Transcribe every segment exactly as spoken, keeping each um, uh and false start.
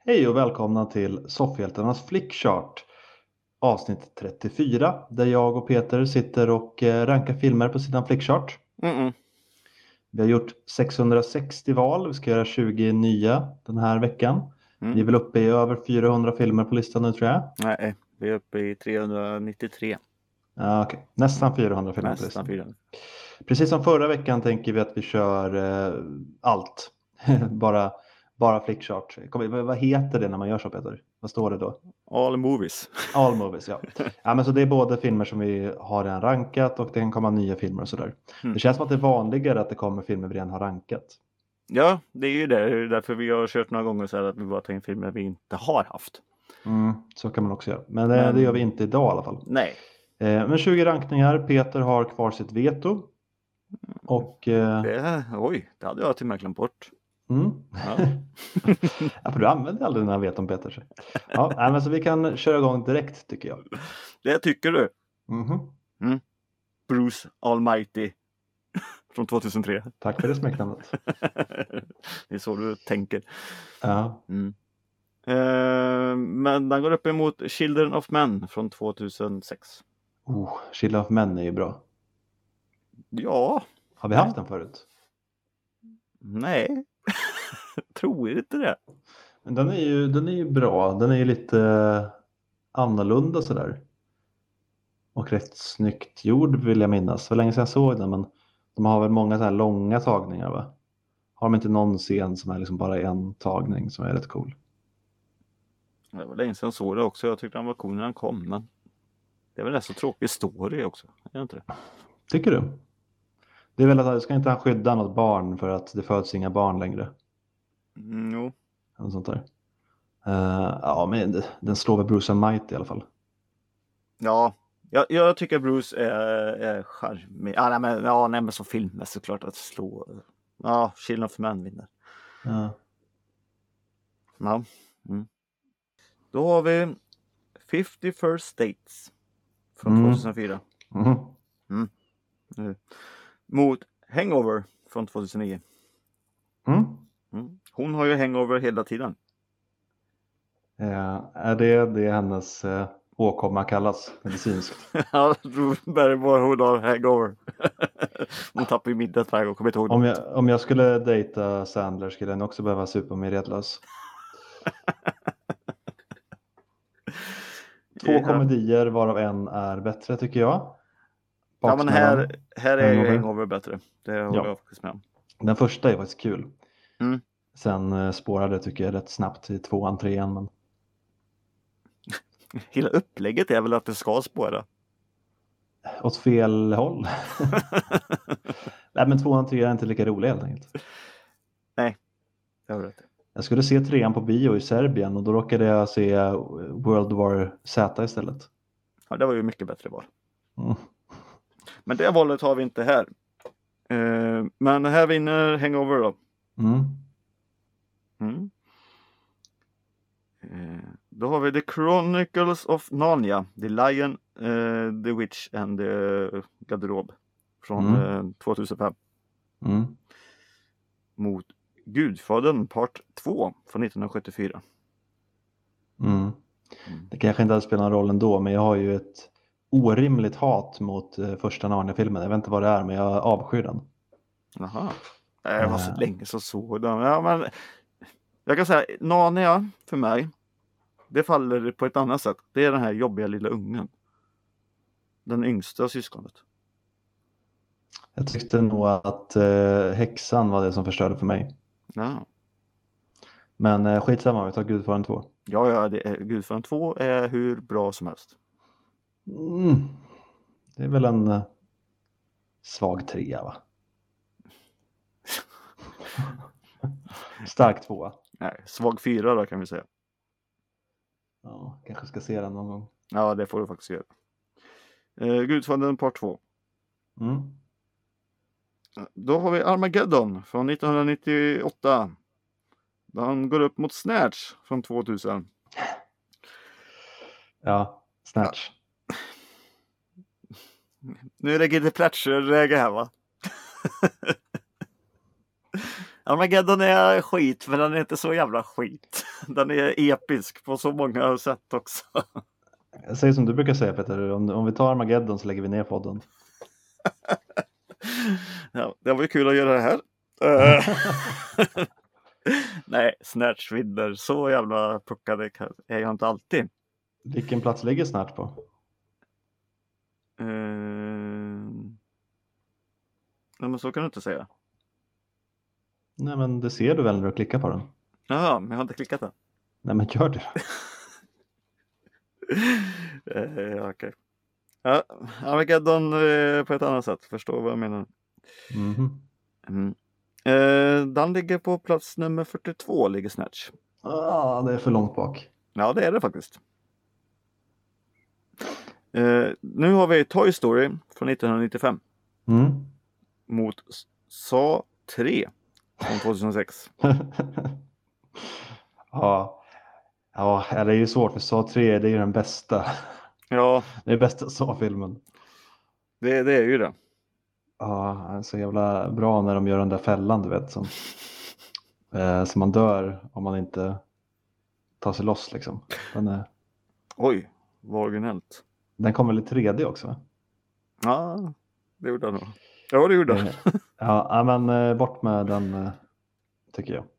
Hej och välkomna till Soffhjältarnas Flickchart avsnitt trettiofyra där jag och Peter sitter och eh, rankar filmer på sidan Flickchart. Mm-mm. Vi har gjort sexhundrasextio val, vi ska göra tjugo nya den här veckan. Mm. Vi är väl uppe i över fyrahundra filmer på listan nu, tror jag. Nej, vi är uppe i trehundranittiotre. Ja, okej. Nästan fyrahundra filmer på Nästan listan. fyra. Precis som förra veckan tänker vi att vi kör eh, allt. bara, bara Flickchart. Kom, vad vad heter det när man gör så, Peter? Vad står det då? All movies. All movies, ja. ja men så det är både filmer som vi har redan rankat och det kan komma nya filmer och sådär. Mm. Det känns som att det är vanligare att det kommer filmer vi redan har rankat. Ja, det är ju det. Det är därför vi har kört några gånger så här att vi bara tar in filmer vi inte har haft. Mm, så kan man också göra. Men, det, Men- det gör vi inte idag i alla fall. Nej. Eh, men tjugo rankningar, Peter har kvar sitt veto. Och... Eh, Det, oj, det hade jag till och med glömt bort. mm. Ja. ja, för du använder aldrig dina veton, Peter. Så. Ja, nej, men så vi kan köra igång direkt, tycker jag. Det tycker du. Mhm. Bruce Almighty. Från tvåtusentre. Tack för det smeknamnet. Det är så du tänker. Ja. Mm. Eh, men den går upp emot Children of Men från tvåtusensex. Oh, Chill of Men är ju bra. Ja, Har vi haft den förut? nej. Tror inte det. Men den är ju, den är ju bra. Den är ju lite eh, annorlunda sådär. Och rätt snyggt gjord vill jag minnas. Det var länge sedan jag såg den, men de har väl många så här långa tagningar, va? Har de inte någon scen som är liksom bara en tagning som är rätt cool? Det var länge sedan jag såg det också. Jag tyckte han var cool när han kom. Men det är väl rätt så tråkig story också. Är det inte det? Tycker du? Det är väl att ska inte han skydda något barn för att det föds inga barn längre? Mm, jo. Eller sånt där. Uh, ja, men den slår väl Bruce Almighty i alla fall. Ja, jag, jag tycker Bruce är, är charmig. Ah, nej, men, ja, nej, men som film är såklart att slå. Ja, Children of Men vinner. Uh, Ja. Mm. Då har vi fifty First Dates från Mm. tvåtusenfyra. mhm. Mm. Mot Hangover från tvåtusennio. Mm. Mm. Hon har ju hangover hela tiden. Uh, är det det hennes uh, åkomma kallas medicinskt? Ja, Drew Barrymore, hon har hangover. Hon tappar ju middagen varje gång, kommer inte ihåg Om något. jag, om jag skulle dejta Sandler skulle den också behöva supa mig redlös. Två Ja. komedier varav en är bättre, tycker jag. Ja, men här, här är Hangover. ju hangover bättre. Det håller Ja. jag faktiskt med om. Den första är faktiskt kul. Mm. Sen eh, spårade tycker jag rätt snabbt i tvåan, trean. Men... Hela upplägget är väl att det ska spåra. åt fel håll. Nej, men tvåan, trean är inte lika roliga helt enkelt. Nej, det har du rätt. Jag skulle se trean på bio i Serbien och då råkade jag se World War Z istället. Ja, det var ju mycket bättre val. Mm. Men det valet har vi inte här. Eh, men här vinner hangover då. Mm. Mm. Eh, då har vi The Chronicles of Narnia, The Lion, eh, The Witch and the Garderob från Mm. eh, tvåtusenfem. Mm. Mot Gudfadern part två från nittonhundrasjuttiofyra. Mm. Mm. Det kanske inte hade spelat någon roll ändå, men jag har ju ett orimligt hat mot eh, första Narnia-filmen. Jag vet inte vad det är, men jag avskyr den. Jaha. Det var så Äh. länge så såg den. Ja, men jag kan säga, Narnia för mig, det faller på ett annat sätt. Det är den här jobbiga lilla ungen. Den yngsta syskonet. Jag tyckte nog att eh, häxan var det som förstörde för mig. Ja, Men eh, skitsamma, vi tar Gudfadern två. ja, ja det är, Gudfadern två är hur bra som helst. Mm. Det är väl en eh, svag trea, va? Stark tvåa. Nej, svag fyra då kan vi säga. Ja, kanske ska se den någon gång. Ja, det får du faktiskt göra. Eh, Gudfadern part två. Mm. Då har vi Armageddon från nittonhundranittioåtta. Den går upp mot Snatch från tvåtusen. Ja, Snatch. Nu är det Guilty Pleasure-läge här, va? Armageddon är skit, men den är inte så jävla skit. Den är episk på så många sätt också. Jag säger som du brukar säga, Peter, om, om vi tar Armageddon så lägger vi ner podden. Ja, det var ju kul att göra det här. Eh, Nej, Snatch vinner. Så jävla puckade är jag inte alltid. Vilken plats ligger Snatch på? Eh, Nej, men så kan du inte säga. Nej, men det ser du väl när du klickar på den? Jaha, men jag har inte klickat den. Nej, men gör det. eh, Okej. Ja, Armageddon eh, på ett annat sätt. Förstår vad jag menar. Mhm. Mm. Eh, den ligger på plats nummer fyrtiotvå, ligger Snatch. Ah, det är för långt bak. Ja, det är det faktiskt. Eh, nu har vi Toy Story från nittonhundranittiofem Mm. mot Saw tre från tvåtusensex. Ja, ja, det är ju svårt för Saw tre, det är ju den bästa. Ja, Det är bästa Saw-filmen. det, det är ju det. Ja, det är så jävla bra när de gör den där fällan, du vet. Som, eh, som man dör om man inte tar sig loss liksom. Den, är, Oj, vad originellt. den kommer väl i tre D också, va? Ja, det gjorde han nog. Ja, det gjorde han. Eh, Ja, ja, men eh, bort med den, eh, tycker jag.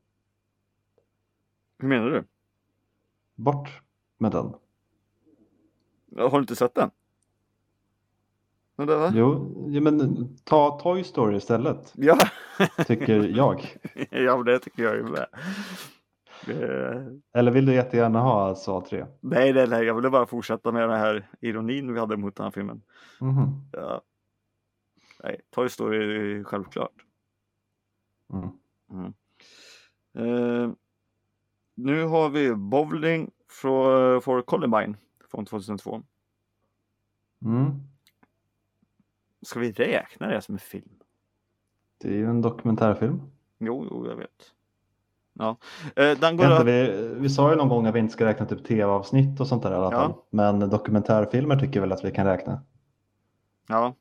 Hur menar du? Bort med den. Har du inte sett den? Men det, va? Jo, ja, men ta Toy Story istället, Ja. tycker jag. Ja, men det tycker jag ju med. Det... Eller vill du jättegärna ha Saw tre? Nej, nej, nej, jag ville bara fortsätta med den här ironin vi hade mot den här filmen. Mhm. Ja. Nej, Toy Story är självklart. Mm. Mm. Eh, nu har vi Bowling for, for Columbine från tvåtusentvå. Mm. Ska vi räkna det som en film? Det är ju en dokumentärfilm. Jo, jo, jag vet. Ja. Eh, den går Vänta, att... vi, vi sa ju någon gång att vi inte ska räkna typ tv-avsnitt och sånt där i alla Ja. fall. Men dokumentärfilmer tycker jag väl att vi kan räkna. Ja.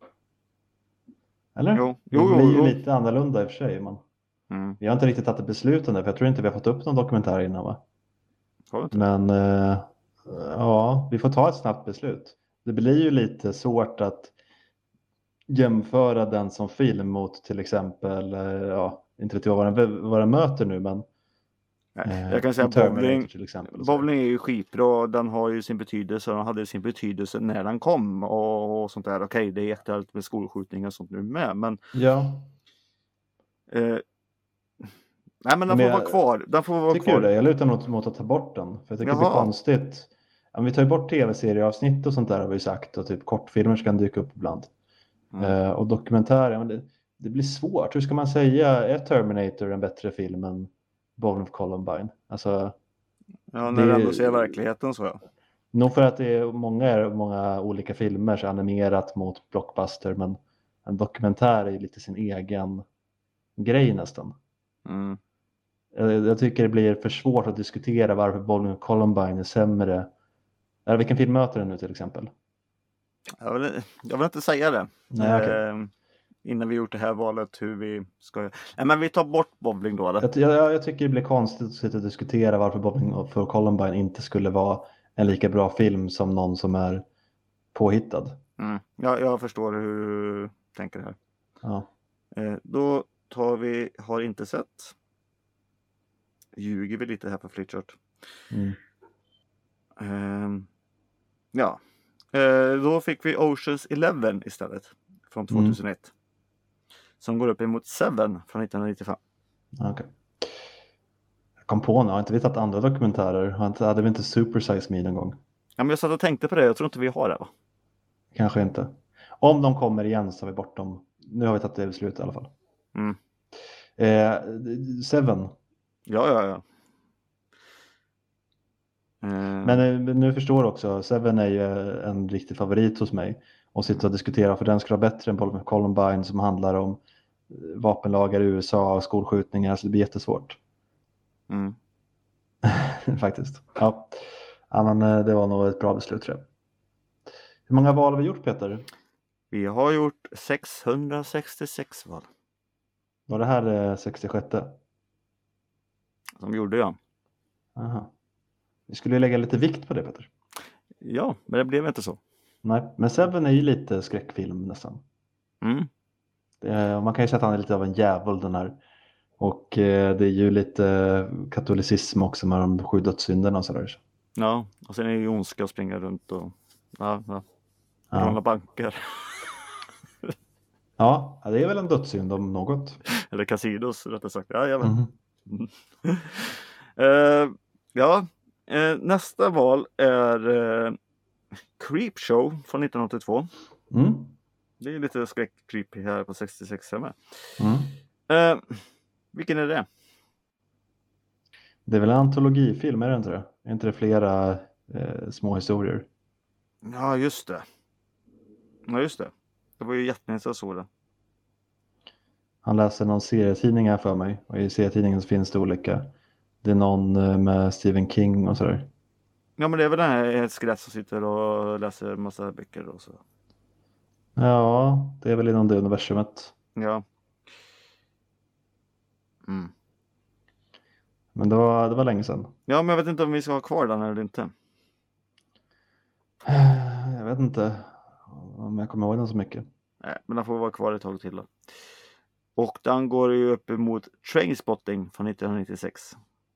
Eller? Jo, jo, det jo, blir ju jo. lite annorlunda i och för sig. Men Mm. vi har inte riktigt tagit ett beslut om det, för jag tror inte vi har fått upp någon dokumentär innan, va? Har du inte? Men eh, ja, vi får ta ett snabbt beslut. Det blir ju lite svårt att jämföra den som film mot till exempel, eh, ja, inte vet jag vad den, vad den möter nu, men Nej, jag kan säga Terminator Bowling, till exempel. och så. Bowling är ju skitbra. Den har ju sin betydelse. Den hade sin betydelse när den kom och, och sånt där. Okej, det är jätteallt med skolskjutningar och sånt nu med. Men, Ja, eh, nej, men den Men får jag- vara kvar. Den får vara tycker kvar. du det? Jag lutar mot, mot att ta bort den. För jag tycker det blir Jaha. konstigt. Ja, vi tar ju bort tv-serieavsnitt och sånt där, har vi sagt. Och typ kortfilmer ska dyka upp ibland. Mm. Eh, och dokumentärer, ja, men det, det blir svårt. Hur ska man säga, är Terminator en bättre film än Bowling for Columbine? Alltså, Ja, när det- du ändå ser verkligheten så. Ja. nog för att det är många, många olika filmer så animerat mot blockbuster, men en dokumentär är ju lite sin egen grej nästan. Mm. Jag, jag tycker det blir för svårt att diskutera varför Bowling for Columbine är sämre. Eller vilken film möter den nu till exempel? Jag, vill, jag vill inte säga det. Nej, okej. eh, innan vi gjort det här valet hur vi ska... Nej, men vi tar bort Bowling då. Eller? Jag, jag, jag tycker det blir konstigt att sitta och diskutera varför Bowling for Columbine inte skulle vara en lika bra film som någon som är påhittad. Mm. Ja, jag förstår hur du tänker här. Ja. Eh, då tar vi har inte sett. Ljuger vi lite här på Flipchart. Mm. Eh, ja. Eh, då fick vi Oceans Eleven istället. Från tvåtusenett. Mm. Som går upp emot Seven från nittonhundranittiofem. Okay. Jag kom på nu, har inte vi tagit andra dokumentärer? Har inte, hade vi inte Super Size Me någon gång? Ja, men jag satt och tänkte på det. Jag tror inte vi har det, va? Kanske inte. Om de kommer igen så har vi bort dem. Nu har vi tagit det beslutet i alla fall. Mm. Eh, Seven. Ja, ja, ja. Eh, Men eh, nu förstår du också, Seven är ju en riktig favorit hos mig. Och sitta och diskutera för den ska vara bättre än Bowling for Columbine som handlar om vapenlagar i U S A och skolskjutningar, så det blir jättesvårt. Mm. Faktiskt. Ja. Ja, men eh, det var nog ett bra beslut, tror jag. Hur många val har vi gjort, Peter? Vi har gjort sexhundrasextiosex val. Var det här eh, sextiosjätte? Som gjorde jag. Aha. Vi skulle ju lägga lite vikt på det, Peter. Ja, men det blev inte så. Nej, men Seven är ju lite skräckfilm nästan. Mm. Det, man kan ju säga att han är lite av en djävul den här. Och eh, det är ju lite katolicism också med de sju dödssynderna och sådär. Ja, och sen är det ju ondska att springa runt och ja, ja. Ja. råna banker. Ja, det är väl en dödssynd om något. Eller casinos rättare sagt. Ja, jag vet. Mhm. Mm. Eh, ja, eh, nästa val är uh, Creepshow från nittonhundraåttiotvå. Mm. Det är lite skräck-creepy här på sextiosex med. Mm. Eh, vilken är det? Det är väl en antologifilm, är det inte det? Är inte det flera eh, små historier? Ja, just det. Ja, just det. Det var ju jättelänge sedan jag såg det. Han läser någon serietidning här för mig. Och i serietidningen så finns det olika. Det är någon eh, med Stephen King och sådär. Ja, men det är väl den här ett skelett som sitter och läser massa böcker och så. Ja, det är väl inom det universumet. Ja. Mm. Men det var, det var länge sedan. Ja, men jag vet inte om vi ska ha kvar den eller inte. Jag vet inte om jag kommer ihåg den så mycket. Nej, men den får vara kvar ett tag till då. Och den går ju upp emot Trainspotting från nittonhundranittiosex.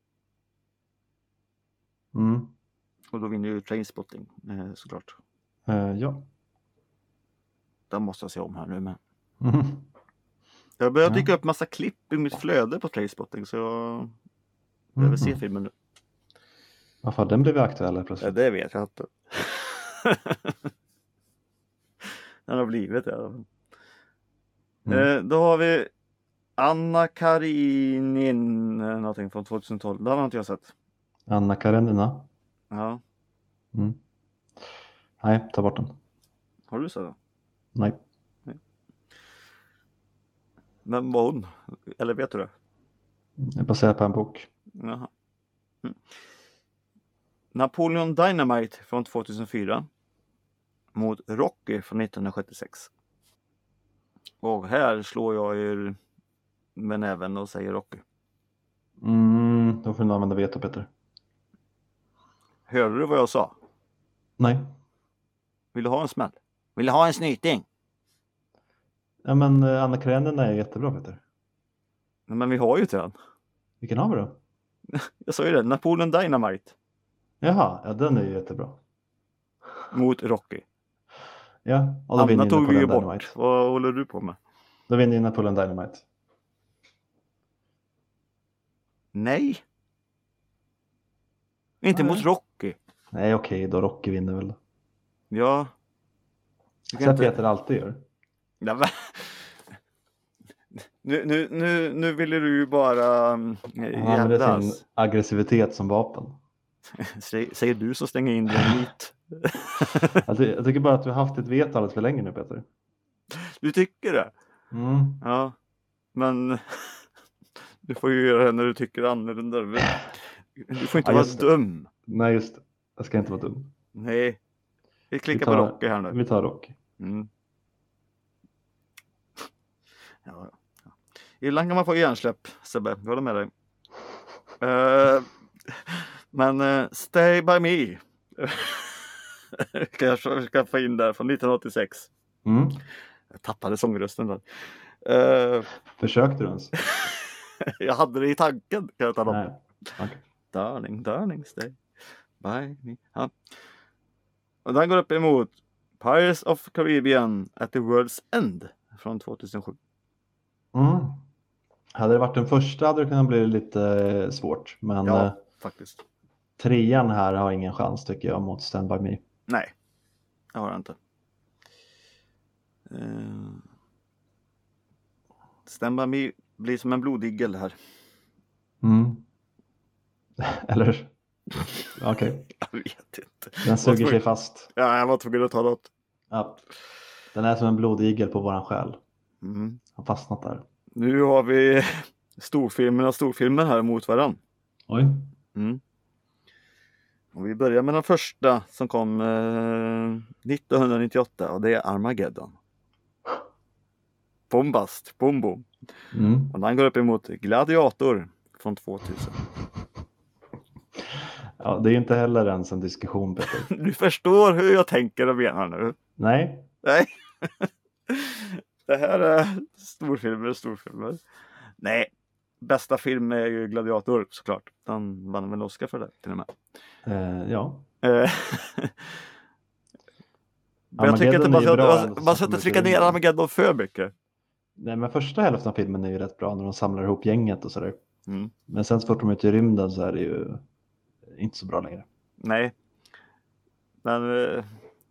Mm. Och då vinner ju Trainspotting eh, såklart. Eh, ja. Den måste jag se om här nu med. Mm. Det har börjat Ja. dyka upp massa klipp i mitt flöde på Trainspotting så jag behöver se Mhm. filmen nu. Varför den blev aktuell Ja, plötsligt? det vet jag inte. Den har blivit det. Mm. Eh, då har vi Anna Karinin eh, någonting från tjugohundratolv. Den har inte jag sett. Anna Karenina. Ja, Mm. Nej, ta bort den. har du sett den? Nej. Men var hon? Eller vet du det? Det är baserat på en bok. Jaha. Mm. Napoleon Dynamite från tvåtusenfyra mot Rocky från nittonhundrasjuttiosex. Och här slår jag er med näven och säger Rocky. Mm, då får du använda veto, Peter. Hörde du vad jag sa? Nej. Vill du ha en smäll? Vill du ha en snyting? Ja, men eh, Anna Karenina är jättebra, Peter. Men vi har ju inte den. Vilken har vi då? Jag sa ju det, Napoleon Dynamite Jaha, ja, den är ju jättebra. mot Rocky. Ja, och då vinner Anna ju tog vi ju Napoleon bort. Dynamite. Vad håller du på med? Då vinner ju Napoleon Dynamite. Nej. Inte Nej. mot Rocky. Nej, okej, då Rocky vinner väl. Ja. Du kan Så inte... Peter alltid gör. Ja, va? Nu, nu, nu, nu ville du ju bara um, Han använder sin jävlas. aggressivitet som vapen. Säger, säger du så stänger in dig hit. Jag, ty- jag tycker bara att du har haft ett veto alldeles för länge nu, Peter. Du tycker det? Mm. Ja. Men du får ju göra det när du tycker annorlunda. Du får inte Ja, vara just det. dum. Nej, just det. Jag ska inte vara dum. Nej. Vi klickar Vi på tar- Rocky här nu. Vi tar Rocky. Mm. Ja, ja. Ibland kan man få hjärnsläpp, Sebbe. Jag håller med dig. Uh, men uh, Stay By Me kan jag ska få in där från nittonhundraåttiosex. Mm. Jag tappade sångrösten där. Uh, Försökte du ens? jag hade det i tanken, kan jag tala om. Nej. Okay. Darling, darling, stay by me. Ja. Och den går upp emot Pirates of Caribbean at the World's End från tvåtusensju. Mm. Hade det varit den första hade det kunnat bli lite eh, svårt. Men Ja, eh, faktiskt. trean här har ingen chans tycker jag mot Stand By Me. Nej, det har jag inte. Uh, Stand By Me blir som en blodigel här. Mm. Eller? Okej. Okay. Jag vet inte. Den suger sig fast. Ja, jag var tvungen att ta något. Ja. Den är som en blodigel på våran själ. Mm. Har fastnat där. Nu har vi storfilmen och storfilmen här mot varann. Oj. Mm. Och vi börjar med den första som kom eh, nittonhundranittioåtta och det är Armageddon. Bombast, bom bom. Mm. Och den går upp emot Gladiator från tvåtusen. Ja, det är inte heller ens en diskussion, Peter. Du förstår hur jag tänker och menar nu. Nej. Nej. Det här är storfilmer, storfilmer. Nej, bästa film är ju Gladiator såklart. Den vann väl Oscar för det till och med. Eh, ja. Eh, Men jag tycker inte Armageddon är ju bra man ändå, ska, så man ska kommer inte till trycka ner rymden. Armageddon för mycket. Nej, men första hälften av filmen är ju rätt bra när de samlar ihop gänget och sådär. Mm. Men sen så fort de är ute i rymden så är det ju inte så bra längre. Nej. Men eh,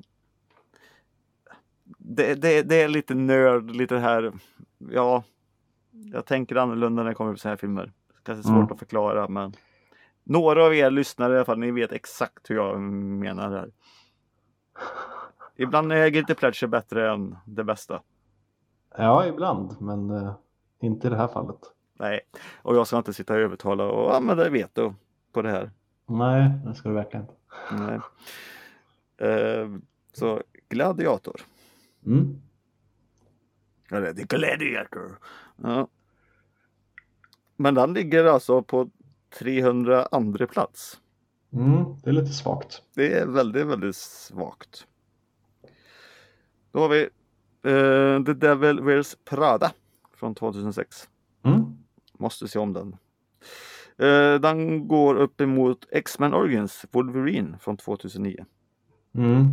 det, det, det är lite nörd, lite här. Ja, jag tänker annorlunda när det kommer på så här filmer. Kanske svårt Mm. att förklara, men några av er lyssnare i alla fall, ni vet exakt hur jag menar det här. Ibland är Guilty Pleasure bättre än det bästa. Ja, ibland, men eh, inte i det här fallet. Nej, och jag ska inte sitta och övertala och använda veto på det här. Nej, det ska du verkligen inte. Nej. Eh, så Gladiator. Mm. Eller The Gladiator. Ja. Men den ligger alltså på trehundraandra plats. Mm, det är lite svagt. Det är väldigt, väldigt svagt. Då har vi eh, The Devil Wears Prada från tvåtusensex. Mm. Måste se om den. Eh, den går upp emot X-Men Origins Wolverine från tvåtusennio. Mm.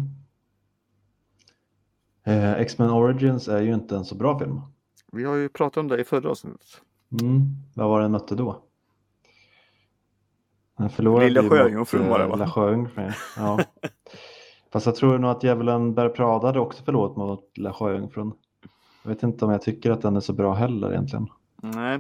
Eh, X-Men Origins är ju inte en så bra film. Vi har ju pratat om det i förra avsnittet. Mm. Vad var den mötte då? Den förlorade Lilla ju Sjöjungfrun mot, var det, eh, va? Lilla Sjöjungfrun. Ja. Fast jag tror nog att Djävulen bär Prada hade också förlorat mot Lilla Sjöjungfrun. Jag vet inte om jag tycker att den är så bra heller egentligen. Nej.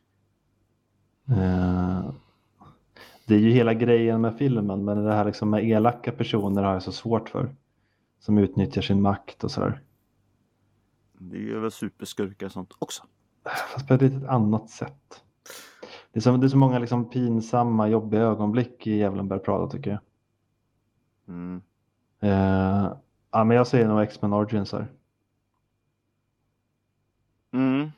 Eh, det är ju hela grejen med filmen, men det här liksom med elaka personer har jag så svårt för. Som utnyttjar sin makt och sådär. Det är ju väl superskurkar och sånt också. Fast på ett litet annat sätt. Det är så, det är så många liksom pinsamma, jobbiga ögonblick i Djävulen bär Prada tycker jag. Mm. Eh, ja, men jag säger nog X-Men Origins här. Mm.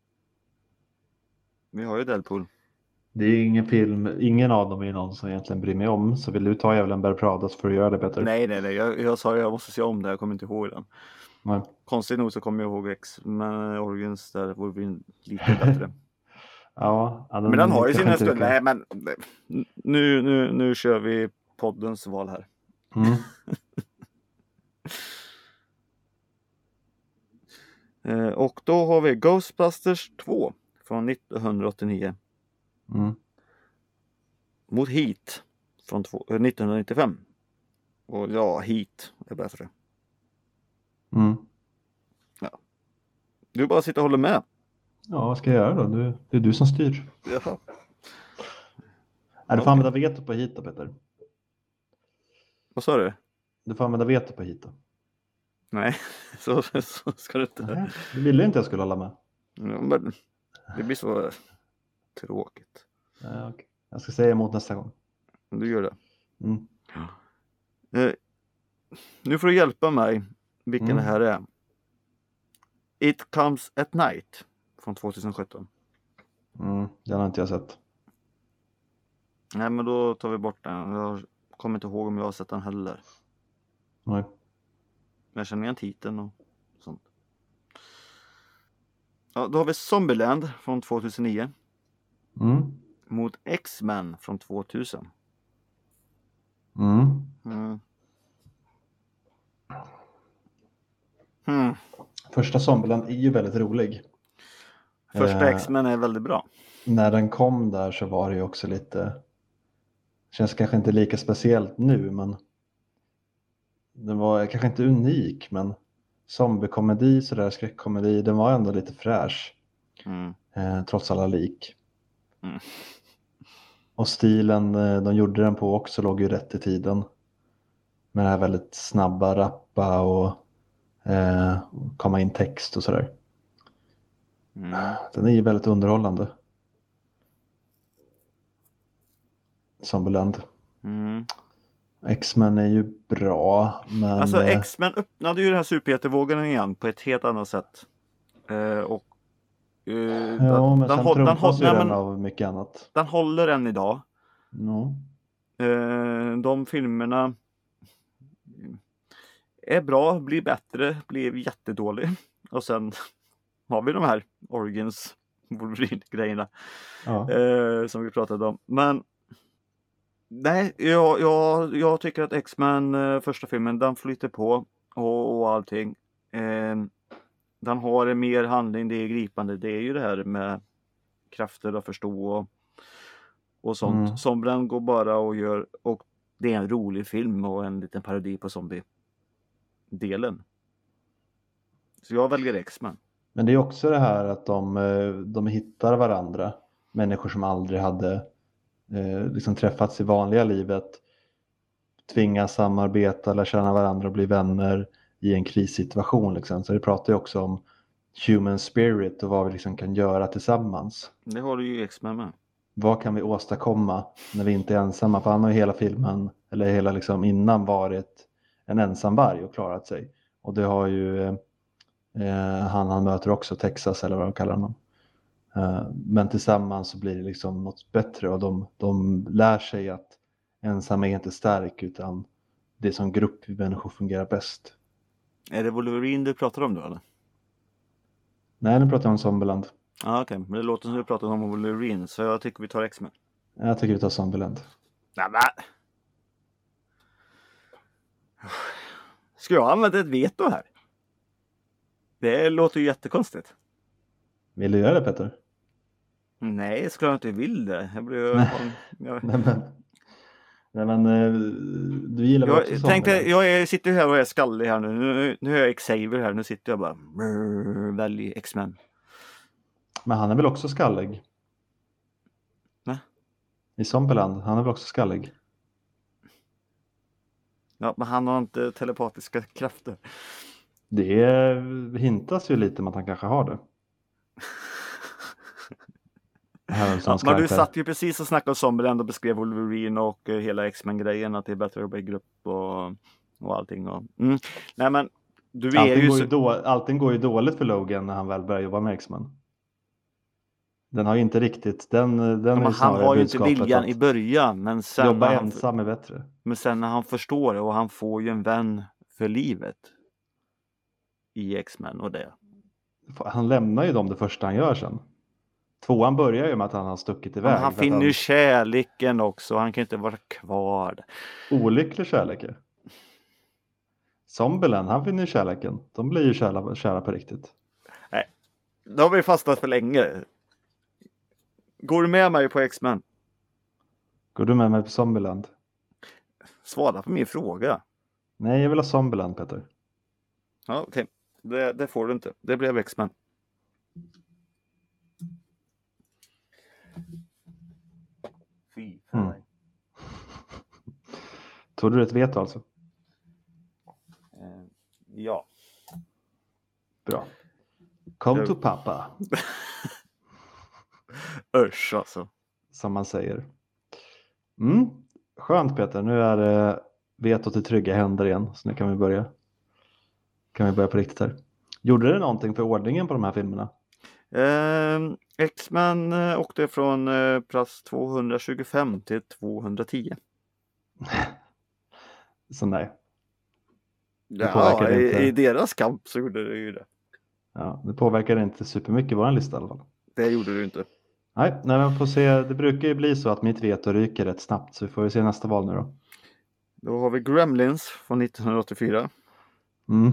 Vi har ju Deadpool. Det är ingen film, ingen av dem är någon som egentligen bryr mig om. Så vill du ta Djävulen bär Prada så får du göra det bättre. Nej, nej, nej. Jag, jag sa jag måste se om det. Jag kommer inte ihåg den. Nej. Konstigt nog så kommer jag ihåg X. Men Origins där vore vi lite bättre. Ja, ja, Men den har ju kanske sina inte stunder. lika- Nej, men nu, nu, nu kör vi poddens val här. Mm. Eh, och då har vi Ghostbusters två från nittonhundraåttionio. Mm. Mot Heat från två, eh, nittonhundranittiofem. Och ja, Heat är bättre. Mm. Du bara sitter och håller med. Ja, vad ska jag göra då? Du, det är du som styr. Jaha. Nej, du får använda veto på hit då, Peter. Vad sa du? Du får använda veto på hit då. Nej, så, så ska du inte. Nej, du ville inte jag skulle hålla med. Ja, men det blir så tråkigt. Nej, okej. Jag ska säga emot nästa gång. Du gör det. Mm. Eh, nu får du hjälpa mig vilken Mm. det här är. It Comes at Night från tjugosjutton. Mm. Den har inte jag sett. Nej, men då tar vi bort den. Jag kommer inte ihåg om jag har sett den heller. Nej. Men jag känner igen titeln och sånt. Ja, då har vi Zombieland från tvåtusennio. Mm. Mot X-Men från tvåtusen. Mm. Mm. Hmm. Första Zombieland är ju väldigt rolig. Första Eh. X-Men är väldigt bra. När den kom där så var det ju också lite, känns kanske inte lika speciellt nu, men den var kanske inte unik, men zombiekomedi, sådär skräckkomedi, den var ändå lite fräsch. Mm. Eh, trots alla lik. Mm. Och stilen eh, de gjorde den på också låg ju rätt i tiden. Med det här väldigt snabba, rappa och eh, komma in text och sådär. Mm. Den är ju väldigt underhållande. Zombieland. Mm. X-Men är ju bra, men... Alltså eh, X-Men öppnade ju den här superhjältevågen igen på ett helt annat sätt. Eh, och eh, Ja, men den, sen håll, den, håll, trumfas ju nej, den men, av mycket annat. den håller än idag. No. Eh, de filmerna är bra, blir bättre, blir jättedålig. Och sen har vi de här Origins Wolverine-grejerna Ja. eh, som vi pratade om. Men nej, jag, jag, jag tycker att X-Men, eh, första filmen, den flyter på och, och allting. Eh, den har en mer handling, det är gripande. Det är ju det här med krafter att förstå och, och sånt. Mm. Zombieland går bara och gör, och det är en rolig film och en liten parodi på zombie-delen. Så jag väljer X-Men. Men det är också det här att de, eh, de hittar varandra. Människor som aldrig hade eh, liksom träffats i vanliga livet. Tvingas samarbeta, lära känna varandra och bli vänner i en krissituation. Liksom. Så det pratar ju också om human spirit och vad vi liksom kan göra tillsammans. Det har du ju X-Men med. Vad kan vi åstadkomma när vi inte är ensamma? För han har ju hela filmen, eller hela liksom innan, varit en ensam varg och klarat sig. Och det har ju eh, han han möter också, Texas eller vad de kallar honom. Eh, men tillsammans så blir det liksom något bättre och de, de lär sig att ensam är inte stark utan det är som grupp vi människor fungerar bäst. Är det Wolverine du pratar om då eller? Nej, nu pratar jag om Zombieland. Ja, okej. Men det låter som du pratar om Wolverine, så jag tycker vi tar X-Men. Jag tycker vi tar Zombieland. Nej, men... Ska jag använda ett veto här? Det låter ju jättekonstigt. Vill du göra det, Peter? Nej, skulle jag inte vill det. Jag blir... Nej. jag... Nej, men, nej, men eh, du gillar väl också Jag Zombieland? tänkte, jag är, sitter här och är skallig här nu. Nu, nu är jag Xavier här. Nu sitter jag bara... Brrr, välj X-Men. Men han är väl också skallig? Va? I Zombieland, han är väl också skallig? Ja, men han har inte telepatiska krafter. Det hintas ju lite om att han kanske har det. Ja, men du satt ju precis och snackade om Zombieland och beskrev Wolverine och uh, hela X-Men-grejen, att det är bättre att jobba i grupp och, och allting. Och, mm. Nej, men du är allting, ju går så... ju då, allting går ju dåligt för Logan när han väl börjar jobba med X-Men. Den har ju inte riktigt, den, den ja, är men ju snarare han har ju inte budskapet viljan att i början, men sen, jobba när han, ensam är bättre. men sen när han förstår det och han får ju en vän för livet i X-Men och det. Han lämnar ju dem det första han gör sen. Tvåan börjar ju med att han har stuckit iväg. Ja, han finner ju han... kärleken också, han kan inte vara kvar. Olycklig kärlek. Zombieland, han finner ju kärleken. De blir ju kära, kära på riktigt. Nej, då har vi fastnat för länge. Går du med mig på X-Men? Går du med mig på Zombieland? Svara på min fråga. Nej, jag vill ha Zombieland, Peter. Ja, okej. Okay. Det, det får du inte. Det blev X-Men. Fy fan. Mm. Tog du ett veto alltså? Eh, ja. Bra. Kom jag... to pappa. Ösch alltså. Som man säger. Mm. Skönt, Peter. Nu är det vetot i trygga händer igen. Så nu kan vi börja. Kan vi börja på riktigt här. Gjorde det någonting för ordningen på de här filmerna? Eh, X-Men eh, åkte från eh, plats tvåhundratjugofem till tvåhundratio. Så nej. Ja, i, inte... i deras kamp så gjorde det ju det. Ja, det påverkar inte supermycket vår lista i alla fall. Det gjorde du inte. Nej, nej, men får se. Det brukar ju bli så att mitt veto ryker rätt snabbt. Så vi får ju se nästa val nu då. Då har vi Gremlins från nittonhundraåttiofyra. Mm.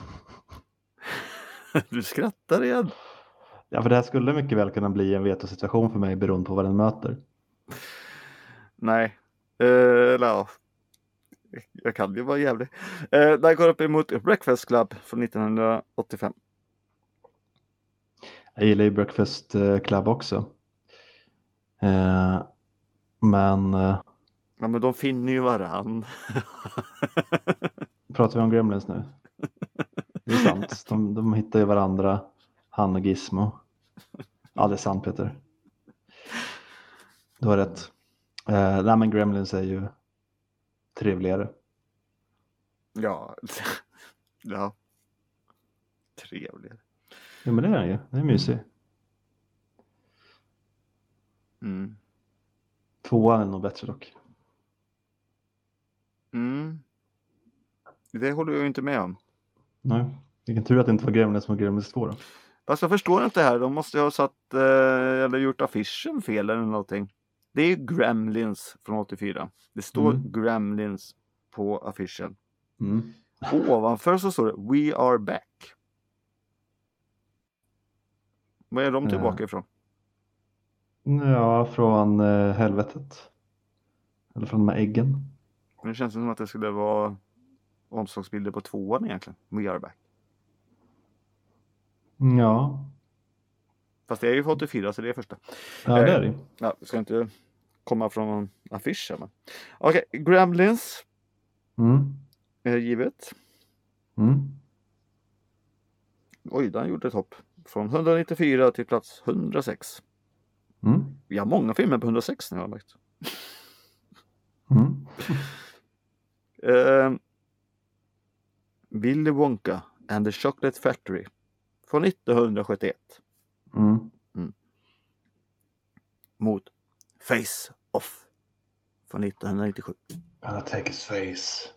Du skrattar igen. Ja, för det här skulle mycket väl kunna bli en vetosituation för mig beroende på vad den möter. Nej. Uh, ja. Jag kan ju vara jävlig. Uh, där går upp emot Breakfast Club från nittonhundraåttiofem. Jag gillar ju Breakfast Club också. Uh, men... Uh... Ja, men de finner ju varann. Pratar vi om Gremlins nu? Det är sant. De, de hittar ju varandra. Han och Gizmo. Ja, det är sant, Peter. Du har rätt. Uh, nej, men Gremlins är ju trevligare. Ja. Ja. Trevligare. Ja, men det är det ju. Det är mysigt. Mm. Tvåan är nog bättre dock. Mm. Det håller jag ju inte med om. Nej, vilken tur att det inte var Gremlins som var Gremlins två då. Fast jag förstår inte här. De måste ju ha satt eh, eller gjort affischen fel eller någonting. Det är ju Gremlins från åttiofyra. Det står Mm. Gremlins på affischen. Mm. Ovanför så står det We are back. Var är de Eh. tillbaka ifrån? Ja, från eh, helvetet. Eller från de här äggen. Men det känns som att det skulle vara omslagsbilder på tvåan egentligen. We are back. Ja, Fast det är ju för åttiofyra så det är första. ja det är det. Ja, det ska inte komma från en affisch här, men. Okej, Gremlins Mm. är givet. Mm. Oj, den gjorde ett hopp. Från etthundranittiofyra till plats hundrasex. Mm. Vi har många filmer på hundrasex nu har jag märkt. Mm. Uh, Willy Wonka and the Chocolate Factory från nittonhundrasjuttioett. Mm. Mm. Mot Face Off från nittonhundranittiosju. Gonna take his face.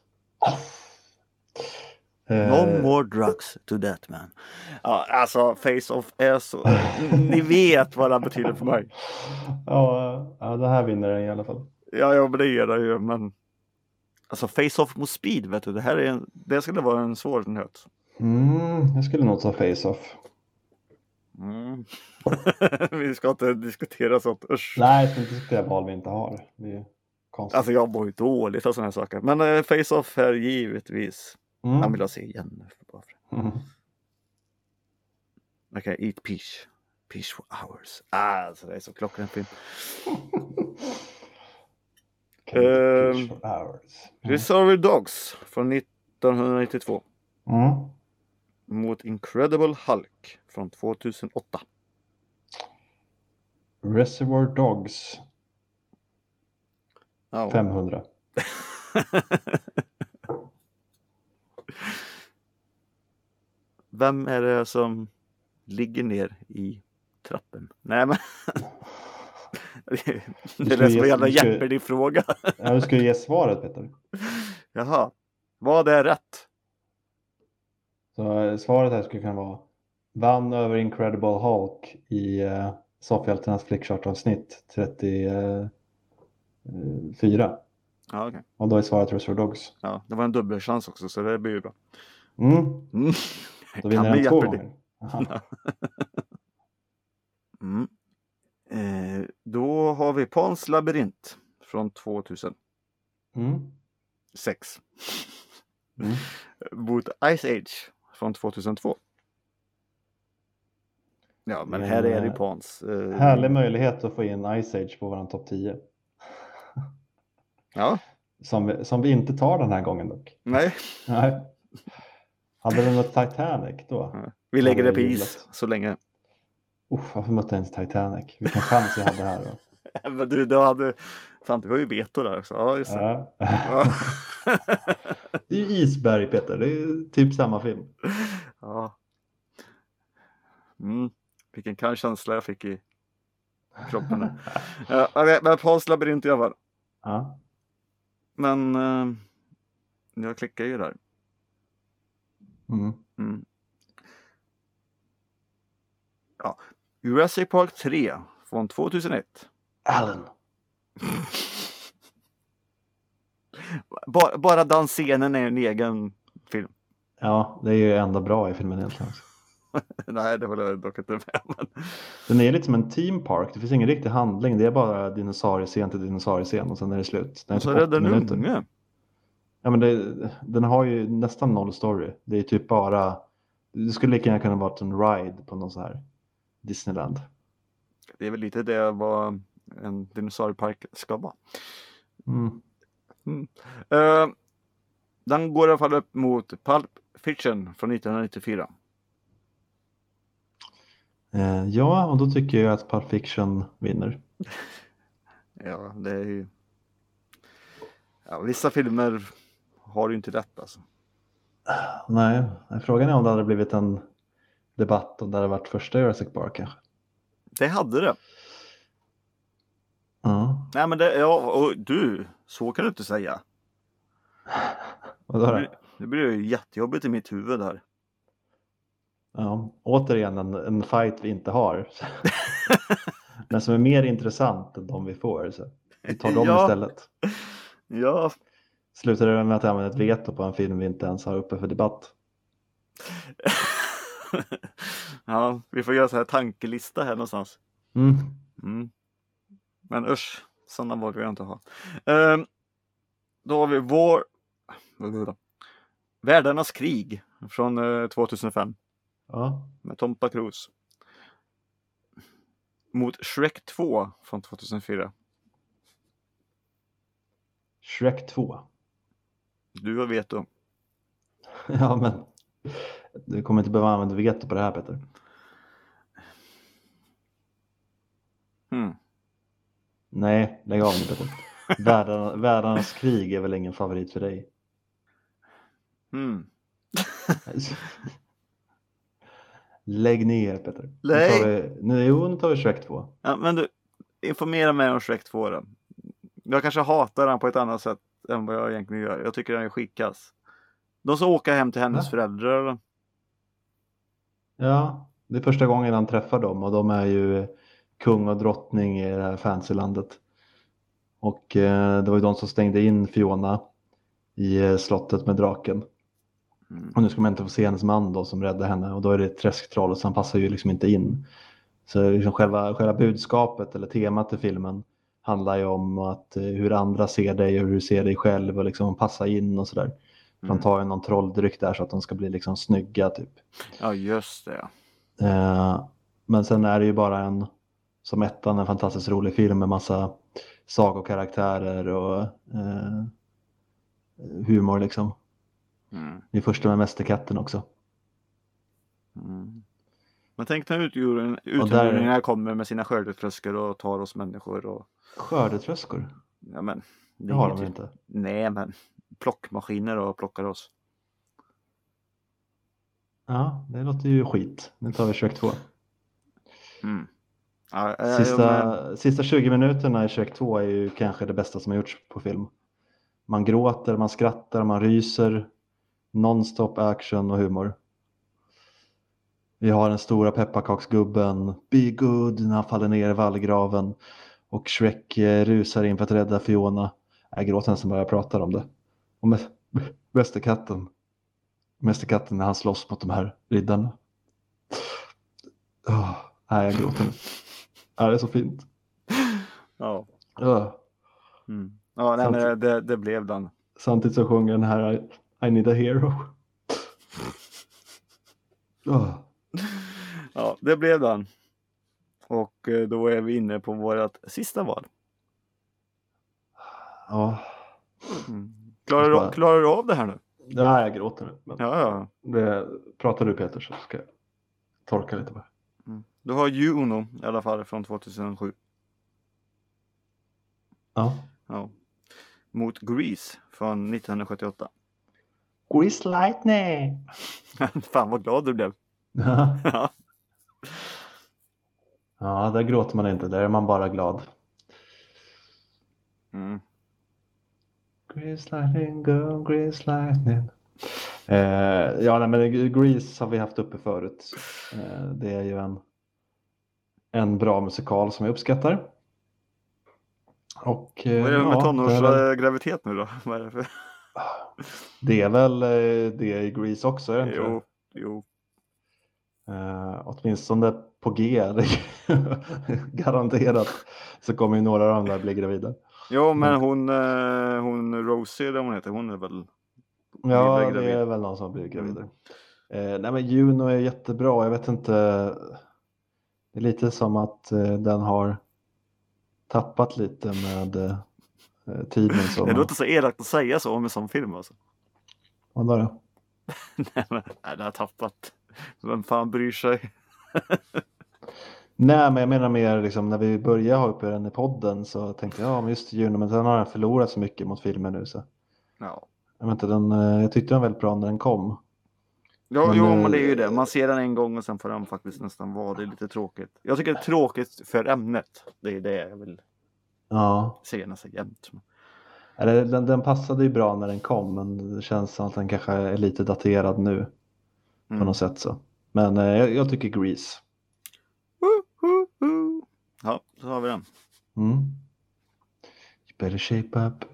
No Eh, more drugs to that man. Ja, alltså Face Off är så. Ni vet vad det betyder för mig. ja, ja, det här vinner den i alla fall. Ja, jag blir det ju, men alltså Face Off mot Speed, vet du, det här är en, det skulle vara en svår nöt. Mm, jag skulle nog ta face off. Mm. Vi ska inte diskutera sånt, usch. Nej, jag ska inte diskutera val vi inte har. Det är konstigt. Alltså jag mår ju dåligt av sådana här saker. Men eh, Face Off här givetvis. Mm. Han vill ha se igen nu. Mm. Okej, okay, Eat Peach. Peach for hours. Ah, alltså det är så klockren film. Peach for hours. Mm. Reservoir Dogs från nittonhundranittiotvå. Mm. Mot Incredible Hulk från tvåtusenåtta. Reservoir Dogs. Ja. femhundra. Vem är det som ligger ner i trappen? Nej men det är som en jävla Jeopardy-fråga. Ja, du ska ju ge svaret, Peter. Jaha, vad är rätt? Så svaret här skulle kunna vara: vann över Incredible Hulk i uh, soffhjältarnas flickchart-avsnitt trettiofyra. Ja, okay. Och då är svaret Reservoir Dogs. Ja, det var en dubbelchans också, så det blir ju bra. Mm. Mm. Då vinner han två gånger. Mm. Eh, då har vi Pans labyrint från tvåtusen sex. Mm. Mm. Mot Ice Age från tvåtusentvå. Ja, men här är det Pans. Eh, härlig möjlighet att få in Ice Age på våran topp tio. Ja. Som vi, som vi inte tar den här gången dock. Nej. Nej. Hade vi mött Titanic då? Ja. Vi lägger det på is så länge. Uff, varför mötte ens Titanic? Vilken chans jag hade här då. Men du, du hade... Fan, det var ju veto där också. Ja, just det. Ja. Ja. Det är ju Isberg, Peter. Det är typ samma film. Ja. Mm. Vilken kall känsla jag fick i kroppen. Ja, men Pans labyrint i alla fall. Ja. Men eh, jag klickar ju där. Mm. Mm. Ja. Jurassic Park tre från tvåtusenett. Alan. Bara, bara den scenen är en egen film. Ja, det är ju enda bra i filmen egentligen. Nej, det håller jag dock inte med. Men... Den är lite som en theme park. Det finns ingen riktig handling. Det är bara dinosauriescen till dinosauriescen och sen är det slut. Den är och så typ är det den minuter. unge. Ja, men det, den har ju nästan noll story. Det är typ bara... Det skulle lika gärna kunna vara en ride på någon så här Disneyland. Det är väl lite det vad en dinosauriepark ska vara. Mm. Mm. Uh, den går i alla fall upp mot Pulp Fiction från nittonhundranittiofyra. Uh, ja, och då tycker jag att Pulp Fiction vinner. Ja, det är ju... Ja, vissa filmer har ju inte rätt alltså. Nej, frågan är om det hade blivit en debatt om det hade varit första Jurassic Park kanske. Det hade det. Nej men det, ja, och du, så kan du inte säga. Vadå Det då? blir, det blir ju jättejobbigt i mitt huvud här. Ja, återigen en, en fight vi inte har. Men som är mer intressant än de vi får. Så vi tar dem Ja. istället. Ja. Slutar det med att jag använder ett veto på en film vi inte ens har uppe för debatt? Ja, vi får göra så här tankelista här någonstans. Mm. Mm. Men usch, sådana val vill jag inte ha. Ehm, då har vi vår... Världarnas krig från eh, tvåtusenfem Ja. med Tom Cruise. Mot Shrek två från tvåtusenfyra. Shrek två. Du har veto. Ja, men du kommer inte behöva använda veto på det här, Peter. Hmm. Nej, lägg av nu, Peter. Världarna, Världarnas krig är väl ingen favorit för dig? Hmm. Lägg ner, Peter. Nej. Nu tar vi, nu, jo, nu tar vi Shrek två. Ja, men du, informera mig om Shrek två då. Jag kanske hatar den på ett annat sätt än vad jag egentligen gör. Jag tycker den är skitkass. De som åker hem till hennes Va? föräldrar. Eller? Ja, det är första gången han träffar dem och de är ju kung och drottning i det här fantasylandet. Och eh, det var ju de som stängde in Fiona i eh, slottet med draken. Mm. Och nu ska man inte få se hennes man då som räddar henne och då är det ett träsktroll så han passar ju liksom inte in. Så liksom själva, själva budskapet eller temat i filmen handlar ju om att eh, hur andra ser dig och hur du ser dig själv och liksom passa in och sådär. För Mm. de tar ju någon trolldryck där så att de ska bli liksom snygga typ. Ja, just det. Eh, men sen är det ju bara en, som ettan, en fantastiskt rolig film med massa sagokaraktärer och eh, humor liksom. Mm. Det är första med Mästerkatten också. Mm. Men tänk när utdjuren- där- utomjordingarna kommer med sina skördetröskor och tar oss människor. Och... Skördetröskor? Ja, men, det Det är har inget de typ- inte. Nej, men plockmaskiner och plockar oss. Ja, det låter ju skit. Nu tar vi Shrek två. Mm. Ja, eh, Sista, men, sista tjugo minuterna i Shrek två är ju kanske det bästa som har gjorts på film. Man gråter, man skrattar, man ryser. Non-stop action och humor. Vi har den stora pepparkaksgubben Be Good när han faller ner i vallgraven. Och Shrek eh, rusar in för att rädda Fiona. Jag gråter nästan bara jag pratar om det. Och med, Mästerkatten. Mästerkatten när han slåss mot de här riddarna. Oh, nej, jag gråter nu. Ja, det är så fint. ja. Oh. Mm. Ja, nej, Sant- men det, det blev den. Samtidigt så sjunger den här I, I need a hero. Oh. Ja, det blev den. Och eh, då är vi inne på vårt sista val. Ja, Mm. Klarar, du, klarar du av det här nu? nej, jag gråter nu. Men Ja, ja. det, pratar du Peter så ska jag torka lite bara. Mm. Du har Juno i alla fall från tvåtusensju. Ja. Ja. Mot Grease från nittonhundrasjuttioåtta. Grease Lightning! Fan vad glad du blev. Ja. Ja. Ja, där gråter man inte. Där är man bara glad. Mm. Grease Lightning, go Grease Lightning. Eh, ja, nej, men Grease har vi haft uppe förut. Eh, det är ju en, en bra musikal som jag uppskattar. Och, eh, Vad är det med ja, tonårsgraviditet nu då? Vad är det för? Det är väl eh, det i Grease också, är det inte det? Jo, jo. Uh, åtminstone på G, garanterat, så kommer ju några av dem där bli gravida. Jo, men hon, eh, hon Rosie, eller vad hon heter, hon är väl... Ja, blir det gravid. är väl någon som blir gravid. Mm. Uh, nej, men Juno är jättebra. Jag vet inte, det är lite som att uh, den har tappat lite med uh, tiden. Som det låter så elakt att säga så om en sån film alltså. Vad var det? nej, men, nej, den har tappat. Vem fan bryr sig? Nej, men jag menar mer liksom, när vi började ha uppe den i podden så tänkte jag, ja men just Juno, men sen har den förlorat så mycket mot filmen nu så. Ja. Jag vet inte, den, jag tyckte den var väldigt bra när den kom. Ja, men, jo, men det är ju det. Man ser den en gång och sen får den faktiskt nästan vara. Det är lite tråkigt. Jag tycker det är tråkigt för ämnet. Det är det jag vill. Ja. Ser nästan jämt. Eller, den, den passade ju bra när den kom, men det känns som att den kanske är lite daterad nu. På Mm. något sätt så. Men eh, jag, jag tycker Grease. Woo, woo, woo. Ja, så har vi den. Mm. You better shape up.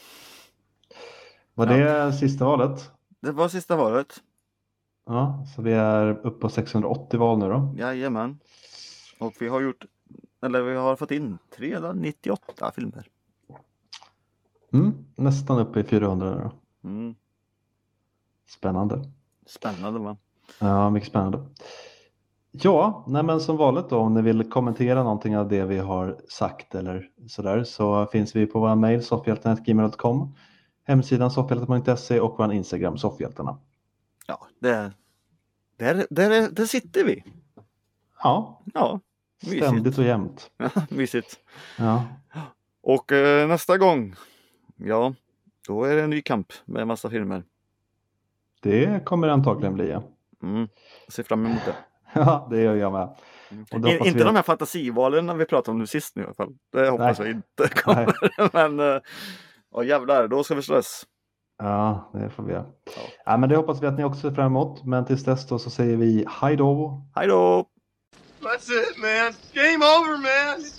Var Ja. det sista valet? Det var sista valet. Ja, så vi är uppe på sexhundraåttio val nu då. Jajamän. Och vi har gjort, eller vi har fått in trehundranittioåtta filmer. Mm, nästan uppe i fyrahundra nu då. Mm. Spännande. Spännande va? Ja, mycket spännande. Ja, nej men som vanligt då, om ni vill kommentera någonting av det vi har sagt eller sådär, så finns vi på vår mail soffhjältarna snabel-a gmail punkt com, hemsidan soffhjältarna punkt se och vår Instagram soffhjältarna. Ja, det, där, där, där sitter vi. Ja, Ja, mysigt. ständigt och jämt. Ja, mysigt. Ja. Och eh, nästa gång, ja, då är det en ny kamp med en massa filmer. Det kommer det antagligen bli, ja. Mm. Jag ser fram emot det. Ja, det gör jag med. Och då In, hoppas inte vi- de här fantasivalen vi pratade om nu sist nu i alla fall. Det hoppas Nej. jag inte kommer. Men, eh, ja jävlar, då ska vi slåss. Ja, det får vi göra. Ja. Ja, men det hoppas vi att ni också ser fram emot. Men tills dess då så säger vi hej då. Hej då! That's it, man. Game over, man.